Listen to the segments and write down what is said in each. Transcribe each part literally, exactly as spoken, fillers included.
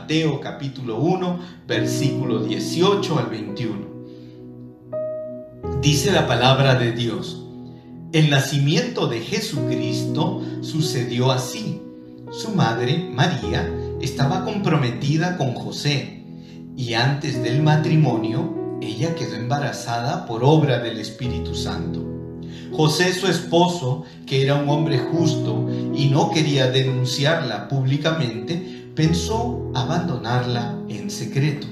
Mateo capítulo uno, versículo dieciocho al veintiuno. Dice la palabra de Dios: el nacimiento de Jesucristo sucedió así. Su madre, María, estaba comprometida con José, y antes del matrimonio, ella quedó embarazada por obra del Espíritu Santo. José, su esposo, que era un hombre justo y no quería denunciarla públicamente, pensó abandonarla en secreto.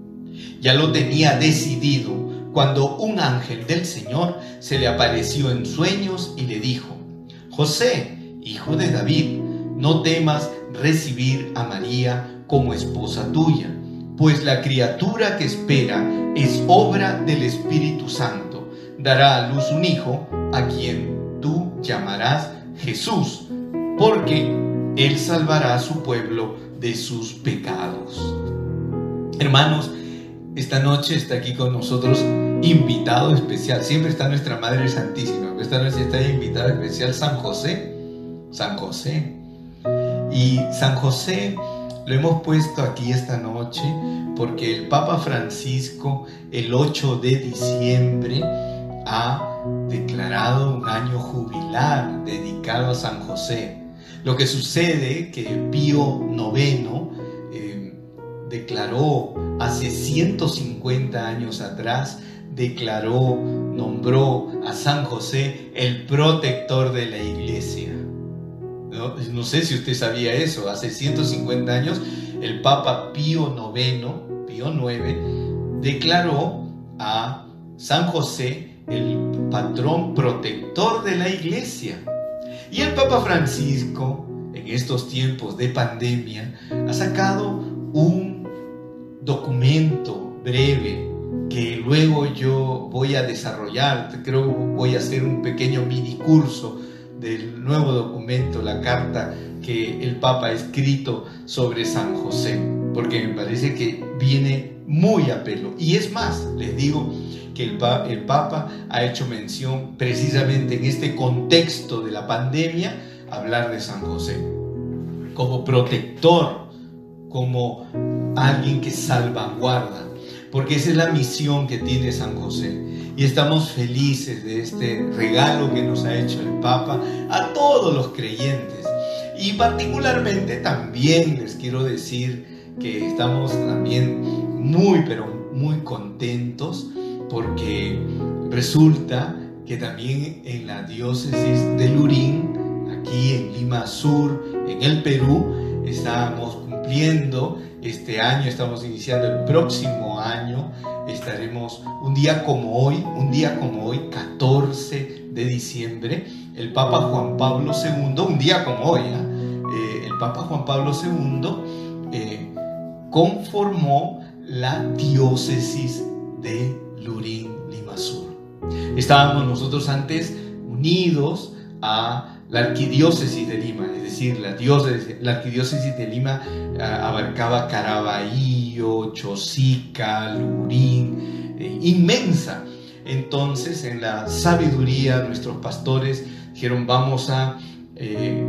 Ya lo tenía decidido cuando un ángel del Señor se le apareció en sueños y le dijo: José, hijo de David, no temas recibir a María como esposa tuya, pues la criatura que espera es obra del Espíritu Santo. Dará a luz un hijo, a quien tú llamarás Jesús, porque él salvará a su pueblo de sus pecados. Hermanos, esta noche está aquí con nosotros invitado especial. Siempre está nuestra Madre Santísima, pero esta noche está invitado especial San José. San José. Y San José lo hemos puesto aquí esta noche porque el Papa Francisco el ocho de diciembre ha declarado un año jubilar dedicado a San José. Lo que sucede que Pío noveno eh, declaró hace ciento cincuenta años atrás, declaró, nombró a San José el protector de la Iglesia. No, no sé si usted sabía eso. Hace ciento cincuenta años el Papa Pío noveno, Pío noveno, declaró a San José el patrón protector de la Iglesia. Y el Papa Francisco, en estos tiempos de pandemia, ha sacado un documento breve que luego yo voy a desarrollar. Creo que voy a hacer un pequeño mini curso del nuevo documento, la carta que el Papa ha escrito sobre San José, porque me parece que viene muy a pelo. Y es más, les digo que el, pa- el Papa ha hecho mención precisamente en este contexto de la pandemia, hablar de San José como protector, como alguien que salvaguarda, porque esa es la misión que tiene San José. Y estamos felices de este regalo que nos ha hecho el Papa a todos los creyentes. Y particularmente también les quiero decir que estamos también muy, pero muy contentos, porque resulta que también en la diócesis de Lurín, aquí en Lima Sur, en el Perú, estamos cumpliendo este año, estamos iniciando el próximo año, estaremos un día como hoy, un día como hoy, catorce de diciembre, el Papa Juan Pablo segundo, un día como hoy, ¿eh? Eh, el Papa Juan Pablo segundo eh, conformó la diócesis de Lurín, Lima Sur. Estábamos nosotros antes unidos a la arquidiócesis de Lima, es decir, la, diócesis, la arquidiócesis de Lima uh, abarcaba Caraballo, Chosica, Lurín, eh, inmensa. Entonces, en la sabiduría, nuestros pastores dijeron: vamos a eh,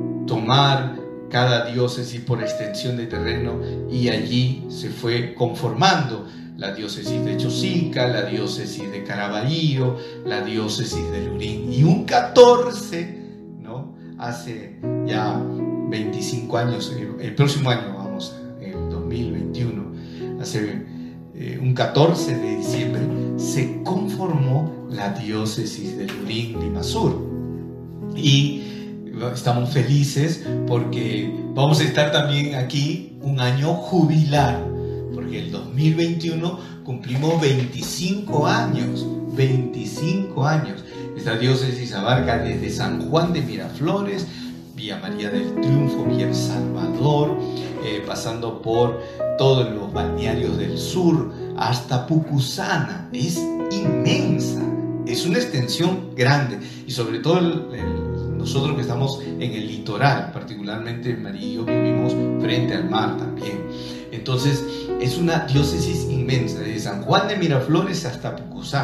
tomar cada diócesis por extensión de terreno, y allí se fue conformando la diócesis de Chosica, la diócesis de Caraballo, la diócesis de Lurín. Y un catorce, ¿no? Hace ya veinticinco años, el, el próximo año, vamos, el dos mil veintiuno, hace eh, un catorce de diciembre, se conformó la diócesis de Lurín, Lima Sur. Y estamos felices porque vamos a estar también aquí un año jubilar, porque el dos mil veintiuno cumplimos veinticinco años, veinticinco años. Esta diócesis abarca desde San Juan de Miraflores, Villa María del Triunfo, Villa El Salvador, eh, pasando por todos los balnearios del sur, hasta Pucusana. Es inmensa, es una extensión grande, y sobre todo el, el, nosotros que estamos en el litoral, particularmente María y yo vivimos frente al mar también. Entonces es una diócesis inmensa, desde San Juan de Miraflores hasta Pucusana.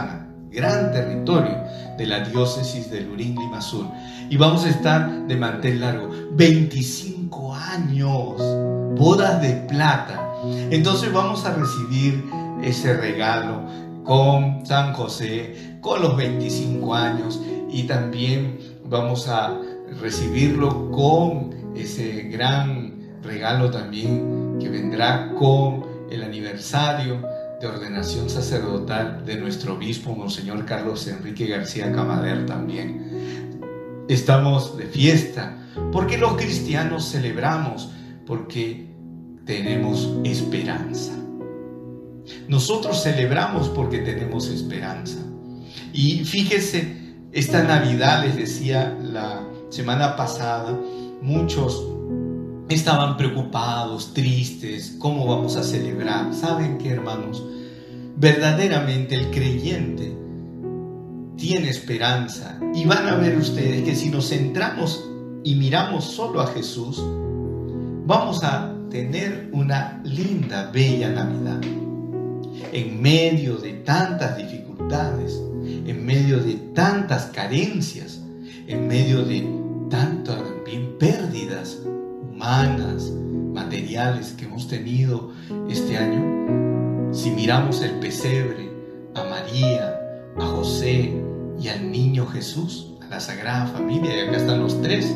gran territorio de la diócesis de Lurín, Lima Sur. Y vamos a estar de mantel largo, veinticinco años, bodas de plata. Entonces vamos a recibir ese regalo con San José, con los veinticinco años, y también vamos a recibirlo con ese gran regalo también que vendrá con el aniversario de ordenación sacerdotal de nuestro obispo, Monseñor Carlos Enrique García Camader también. Estamos de fiesta porque los cristianos celebramos, porque tenemos esperanza. Nosotros celebramos porque tenemos esperanza. Y fíjese, esta Navidad, les decía la semana pasada, muchos estaban preocupados, tristes, ¿cómo vamos a celebrar? ¿Saben qué, hermanos? Verdaderamente el creyente tiene esperanza, y van a ver ustedes que si nos centramos y miramos solo a Jesús, vamos a tener una linda, bella Navidad. En medio de tantas dificultades, en medio de tantas carencias, en medio de tantas también pérdidas humanas, materiales que hemos tenido este año, si miramos el pesebre, a María, a José y al niño Jesús, a la Sagrada Familia, y acá están los tres,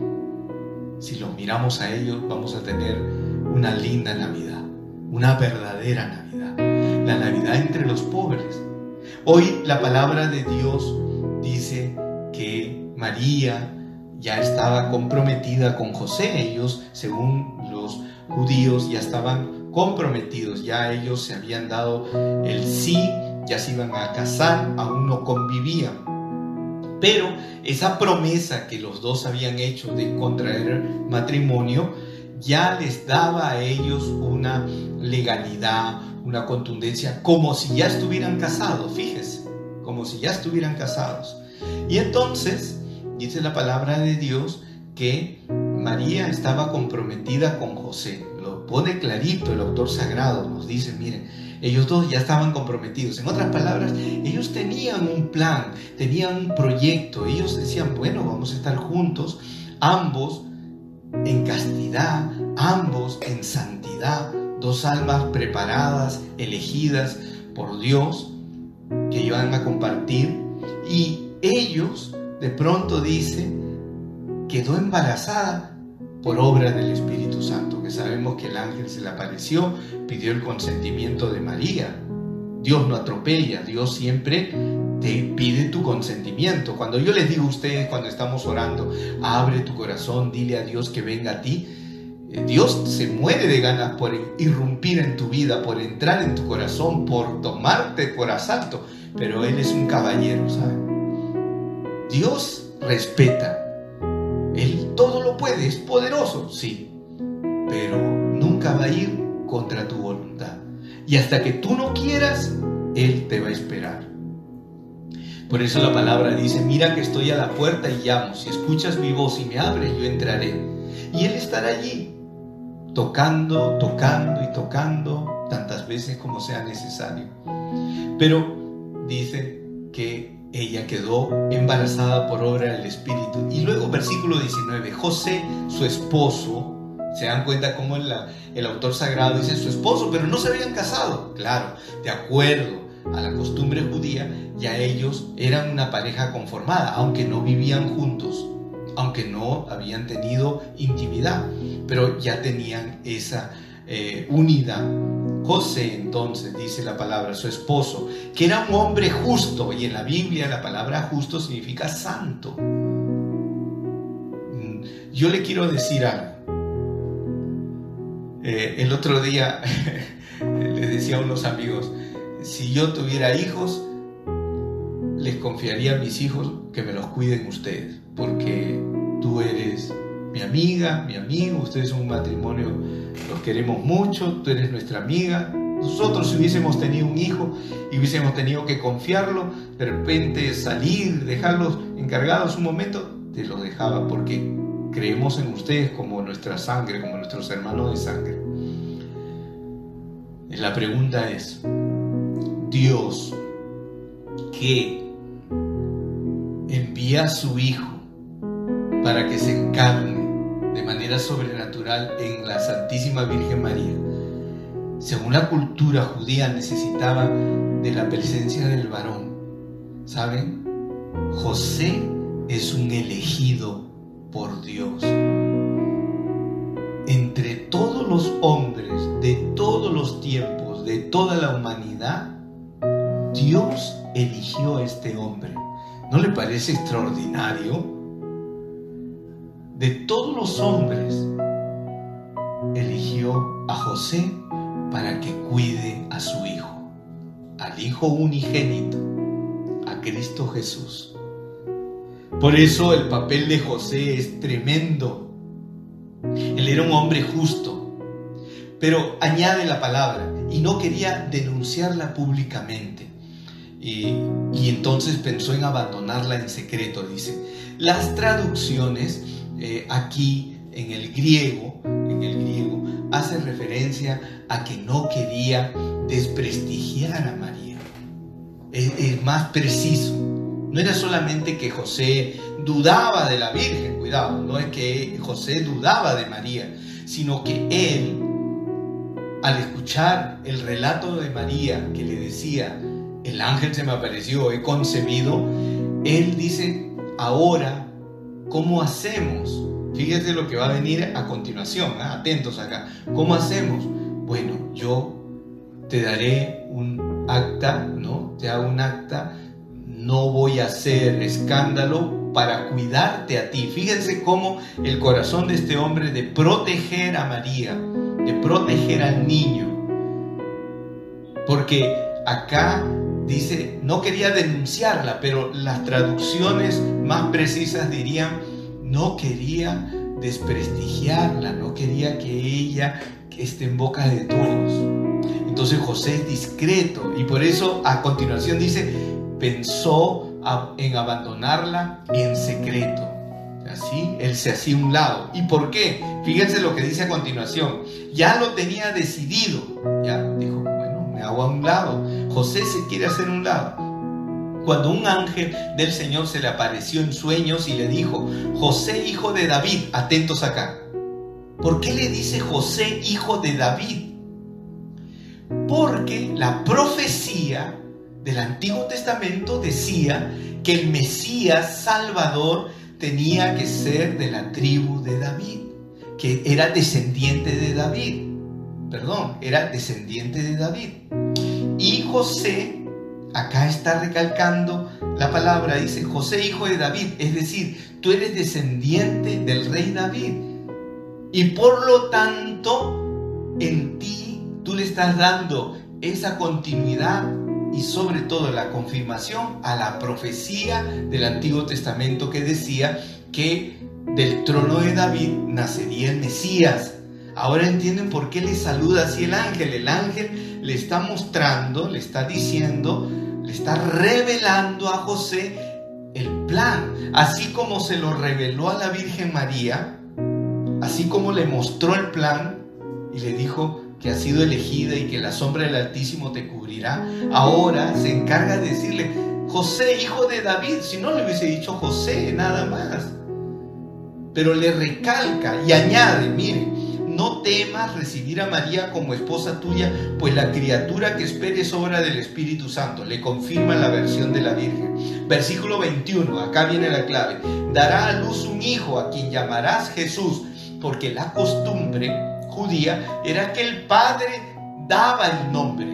si los miramos a ellos, vamos a tener una linda Navidad, una verdadera Navidad, la Navidad entre los pobres. Hoy la palabra de Dios dice que María ya estaba comprometida con José. Ellos, según los judíos, ya estaban comprometidos, ya ellos se habían dado el sí, ya se iban a casar, aún no convivían. Pero esa promesa que los dos habían hecho de contraer matrimonio ya les daba a ellos una legalidad, una contundencia, como si ya estuvieran casados, fíjese, como si ya estuvieran casados. Y entonces dice la palabra de Dios que María estaba comprometida con José. Lo pone clarito el autor sagrado, nos dice, miren, ellos dos ya estaban comprometidos. En otras palabras, ellos tenían un plan, tenían un proyecto. Ellos decían, bueno, vamos a estar juntos, ambos en castidad, ambos en santidad, dos almas preparadas, elegidas por Dios, que iban a compartir. Y ellos, de pronto dice, quedó embarazada por obra del Espíritu Santo, que sabemos que el ángel se le apareció, pidió el consentimiento de María. Dios no atropella, Dios siempre te pide tu consentimiento. Cuando yo les digo a ustedes, cuando estamos orando, abre tu corazón, dile a Dios que venga a ti, Dios se muere de ganas por irrumpir en tu vida, por entrar en tu corazón, por tomarte por asalto, pero Él es un caballero, ¿saben? Dios respeta. Él todo lo puede, es poderoso, sí, pero nunca va a ir contra tu voluntad. Y hasta que tú no quieras, Él te va a esperar. Por eso la palabra dice, mira que estoy a la puerta y llamo. Si escuchas mi voz y me abres, yo entraré. Y Él estará allí, tocando, tocando y tocando tantas veces como sea necesario. Pero dice que ella quedó embarazada por obra del Espíritu. Y luego versículo diecinueve, José, su esposo, se dan cuenta cómo el, el autor sagrado dice su esposo, pero no se habían casado. Claro, de acuerdo a la costumbre judía, ya ellos eran una pareja conformada, aunque no vivían juntos, aunque no habían tenido intimidad, pero ya tenían esa eh, unidad. José, entonces, dice la palabra, su esposo, que era un hombre justo, y en la Biblia la palabra justo significa santo. Yo le quiero decir algo. Eh, el otro día les decía a unos amigos, si yo tuviera hijos, les confiaría a mis hijos que me los cuiden ustedes, porque tú eres mi amiga, mi amigo, ustedes son un matrimonio, los queremos mucho, tú eres nuestra amiga. Nosotros, si hubiésemos tenido un hijo y hubiésemos tenido que confiarlo, de repente salir, dejarlos encargados un momento, te los dejaba, porque creemos en ustedes como nuestra sangre, como nuestros hermanos de sangre. La pregunta es, Dios, que envía a su Hijo para que se encarne de manera sobrenatural en la Santísima Virgen María, según la cultura judía, necesitaba de la presencia del varón. ¿Saben? José es un elegido por Dios. Entre todos los hombres de todos los tiempos, de toda la humanidad, Dios eligió a este hombre. ¿No le parece extraordinario? De todos los hombres, eligió a José para que cuide a su hijo, al Hijo unigénito, a Cristo Jesús. Por eso el papel de José es tremendo. Él era un hombre justo, pero añade la palabra, y no quería denunciarla públicamente. Y, y entonces pensó en abandonarla en secreto, dice. Las traducciones eh, aquí en el griego, en el griego, hace referencia a que no quería desprestigiar a María. Es, es más preciso. No era solamente que José dudaba de la Virgen, cuidado, no es que José dudaba de María, sino que él, al escuchar el relato de María que le decía, el ángel se me apareció, he concebido, él dice, ahora, ¿cómo hacemos? Fíjate lo que va a venir a continuación, ¿eh? Atentos acá. ¿Cómo hacemos? Bueno, yo te daré un acta, ¿no? Te hago un acta, no voy a hacer escándalo para cuidarte a ti. Fíjense cómo el corazón de este hombre de proteger a María, de proteger al niño. Porque acá dice, no quería denunciarla, pero las traducciones más precisas dirían, no quería desprestigiarla, no quería que ella esté en boca de todos. Entonces José es discreto y por eso a continuación dice, pensó en abandonarla en secreto. Así, él se hacía un lado. ¿Y por qué? Fíjense lo que dice a continuación. Ya lo tenía decidido. Ya dijo, bueno, me hago a un lado. José se quiere hacer un lado. Cuando un ángel del Señor se le apareció en sueños y le dijo, José, hijo de David, atentos acá. ¿Por qué le dice José, hijo de David? Porque la profecía del Antiguo Testamento decía que el Mesías Salvador tenía que ser de la tribu de David, que era descendiente de David, perdón, era descendiente de David. Y José, acá está recalcando la palabra, dice José, hijo de David, es decir, tú eres descendiente del rey David. Y por lo tanto, en ti tú le estás dando esa continuidad y sobre todo la confirmación a la profecía del Antiguo Testamento que decía que del trono de David nacería el Mesías. Ahora entienden por qué le saluda así el ángel. El ángel le está mostrando, le está diciendo, le está revelando a José el plan. Así como se lo reveló a la Virgen María, así como le mostró el plan y le dijo que ha sido elegida y que la sombra del Altísimo te cubrirá, ahora se encarga de decirle, José, hijo de David, si no le hubiese dicho José, nada más. Pero le recalca y añade, mire, no temas recibir a María como esposa tuya, pues la criatura que espere es obra del Espíritu Santo. Le confirma la versión de la Virgen. Versículo veintiuno, acá viene la clave. Dará a luz un hijo a quien llamarás Jesús, porque la costumbre judía era que el padre daba el nombre.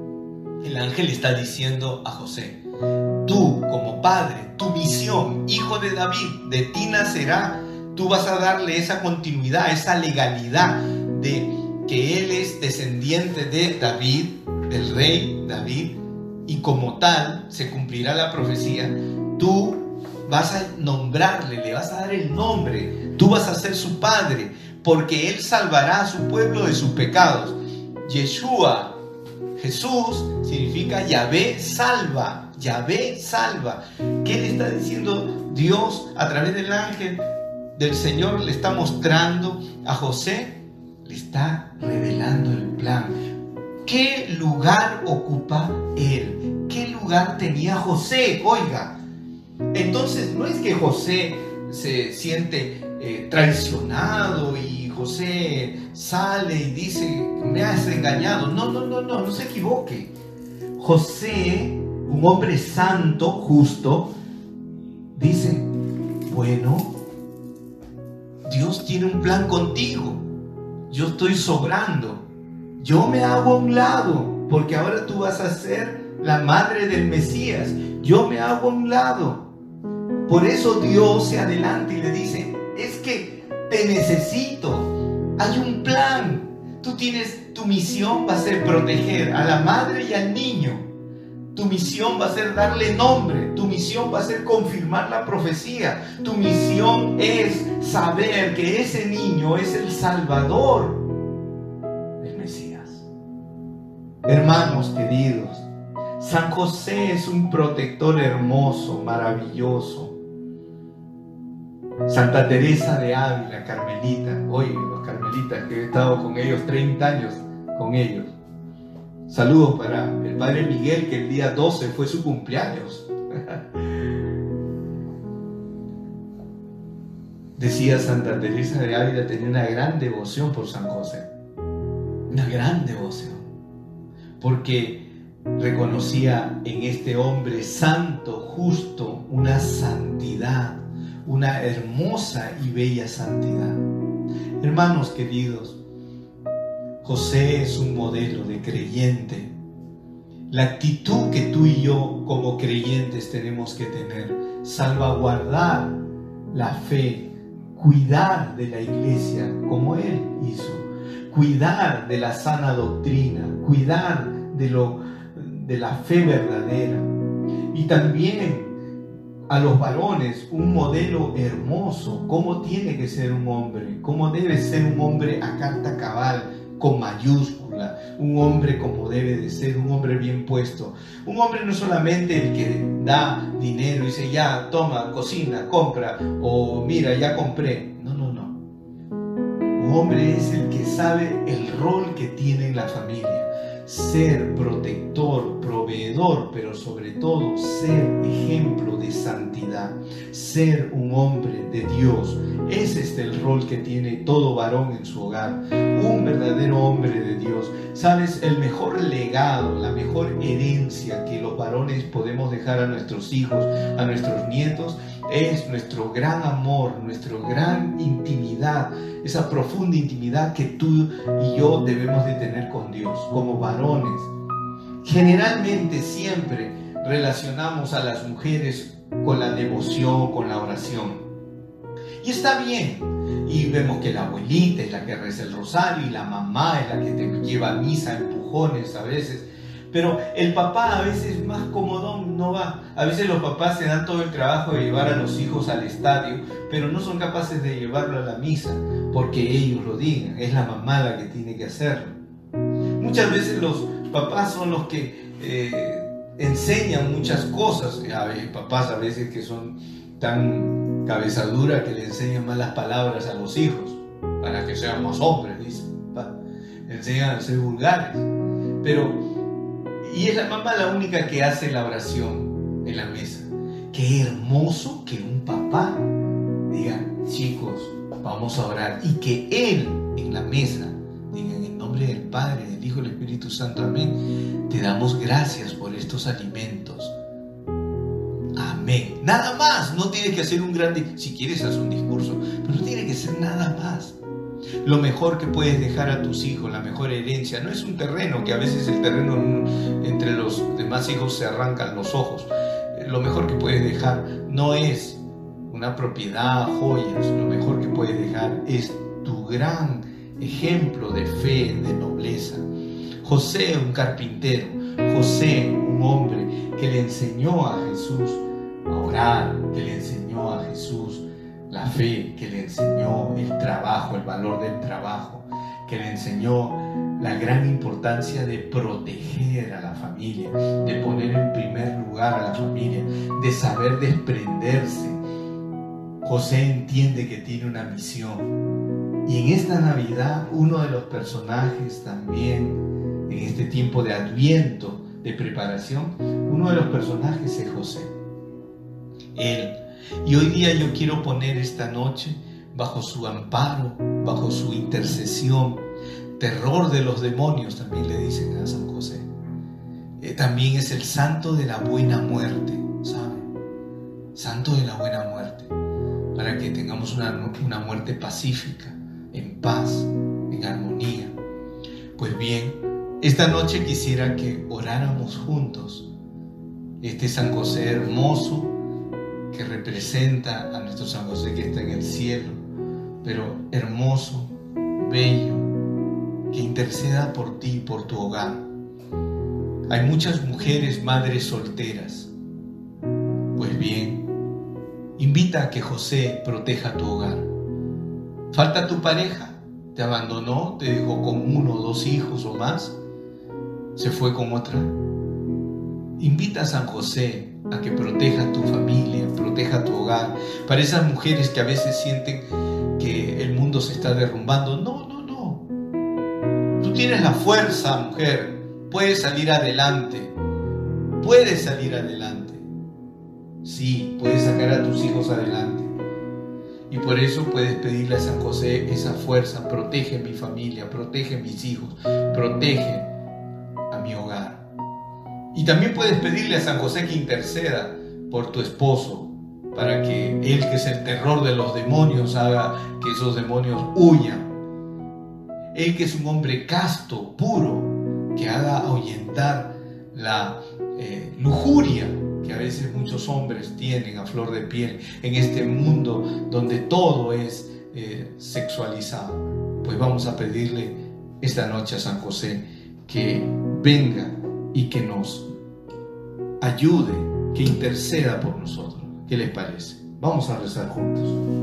El ángel está diciendo a José, tú como padre, tu misión, hijo de David, de ti nacerá. Tú vas a darle esa continuidad, esa legalidad de que él es descendiente de David, del rey David, y como tal se cumplirá la profecía. Tú vas a nombrarle, le vas a dar el nombre, tú vas a ser su padre, porque él salvará a su pueblo de sus pecados. Yeshua, Jesús, significa Yahvé salva, Yahvé salva. ¿Qué le está diciendo Dios a través del ángel del Señor? Le está mostrando a José, le está revelando el plan. ¿Qué lugar ocupa él? ¿Qué lugar lugar tenía José, oiga. Entonces no es que José se siente eh, traicionado y José sale y dice, me has engañado. No, no, no, no, no se equivoque. José, un hombre santo, justo, dice, bueno, Dios tiene un plan contigo. Yo estoy sobrando. Yo me hago a un lado, porque ahora tú vas a ser la madre del Mesías. Yo me hago a un lado. Por eso Dios se adelanta y le dice, es que te necesito. Hay un plan. Tú tienes, tu misión va a ser proteger a la madre y al niño. Tu misión va a ser darle nombre. Tu misión va a ser confirmar la profecía. Tu misión es saber que ese niño es el Salvador del Mesías. Hermanos queridos, San José es un protector hermoso, maravilloso. Santa Teresa de Ávila, carmelita. Oye, los carmelitas que he estado con ellos treinta años con ellos. Saludos para el Padre Miguel, que el día doce fue su cumpleaños. Decía Santa Teresa de Ávila, tenía una gran devoción por San José. Una gran devoción. Porque reconocía en este hombre santo, justo, una santidad, una hermosa y bella santidad. Hermanos queridos, José es un modelo de creyente. La actitud que tú y yo como creyentes tenemos que tener, salvaguardar la fe, cuidar de la iglesia como Él hizo, cuidar de la sana doctrina, cuidar de, lo, de la fe verdadera. Y también a los varones un modelo hermoso, cómo tiene que ser un hombre, cómo debe ser un hombre a carta cabal, con mayúscula, un hombre como debe de ser, un hombre bien puesto. Un hombre no solamente el que da dinero y dice, ya, toma, cocina, compra, o mira, ya compré. No, no, no. Un hombre es el que sabe el rol que tiene en la familia. Ser protector, proveedor, pero sobre todo ser ejemplo de santidad, ser un hombre de Dios. Ese es el rol que tiene todo varón en su hogar, un verdadero hombre de Dios. ¿Sabes? El mejor legado, la mejor herencia que los varones podemos dejar a nuestros hijos, a nuestros nietos, es nuestro gran amor, nuestra gran intimidad, esa profunda intimidad que tú y yo debemos de tener con Dios como varones. Generalmente siempre relacionamos a las mujeres con la devoción, con la oración. Y está bien. Y vemos que la abuelita es la que reza el rosario y la mamá es la que te lleva a misa a empujones a veces. Pero el papá a veces más comodón no va. A veces los papás se dan todo el trabajo de llevar a los hijos al estadio, pero no son capaces de llevarlo a la misa porque ellos lo digan. Es la mamá la que tiene que hacerlo. Muchas veces los papás son los que eh, enseñan muchas cosas. Hay papás a veces que son tan cabezadura que le enseñan malas palabras a los hijos para que sean más hombres, dicen. Enseñan a ser vulgares. Pero y es la mamá la única que hace la oración en la mesa. Qué hermoso que un papá diga, chicos, vamos a orar. Y que él en la mesa diga, en el nombre del Padre, del Hijo y del Espíritu Santo, amén. Te damos gracias por estos alimentos. Amén. Nada más. No tienes que hacer un gran... Si quieres hacer un discurso, pero no tiene que ser nada más. Lo mejor que puedes dejar a tus hijos, la mejor herencia, no es un terreno, que a veces el terreno entre los demás hijos se arrancan los ojos. Lo mejor que puedes dejar no es una propiedad, joyas. Lo mejor que puedes dejar es tu gran ejemplo de fe, de nobleza. José, un carpintero. José, un hombre que le enseñó a Jesús a orar, que le enseñó a Jesús la fe, que le enseñó el trabajo, el valor del trabajo, que le enseñó la gran importancia de proteger a la familia, de poner en primer lugar a la familia, de saber desprenderse. José entiende que tiene una misión. Y en esta Navidad, uno de los personajes también, en este tiempo de Adviento, de preparación, uno de los personajes es José. Él. Y hoy día yo quiero poner esta noche bajo su amparo, bajo su intercesión, terror de los demonios, también le dicen a San José. Eh, también es el santo de la buena muerte, ¿saben? Santo de la buena muerte, para que tengamos una, una muerte pacífica, en paz, en armonía. Pues bien, esta noche quisiera que oráramos juntos este San José hermoso que representa a nuestro San José que está en el cielo, pero hermoso, bello, que interceda por ti y por tu hogar. Hay muchas mujeres madres solteras. Pues bien, invita a que José proteja tu hogar. ¿Falta tu pareja? ¿Te abandonó? ¿Te dejó con uno o dos hijos o más? ¿Se fue con otra? Invita a San José a que proteja tu familia, proteja tu hogar. Para esas mujeres que a veces sienten que el mundo se está derrumbando, no, no, no. Tú tienes la fuerza, mujer. Puedes salir adelante. Puedes salir adelante. Sí, puedes sacar a tus hijos adelante. Y por eso puedes pedirle a San José esa fuerza. Protege mi familia, protege mis hijos, protege a mi hogar. Y también puedes pedirle a San José que interceda por tu esposo, para que él, que es el terror de los demonios, haga que esos demonios huyan. Él, que es un hombre casto, puro, que haga ahuyentar la eh, lujuria que a veces muchos hombres tienen a flor de piel en este mundo donde todo es eh, sexualizado. Pues vamos a pedirle esta noche a San José que venga y que nos ayude, que interceda por nosotros. ¿Qué les parece? Vamos a rezar juntos.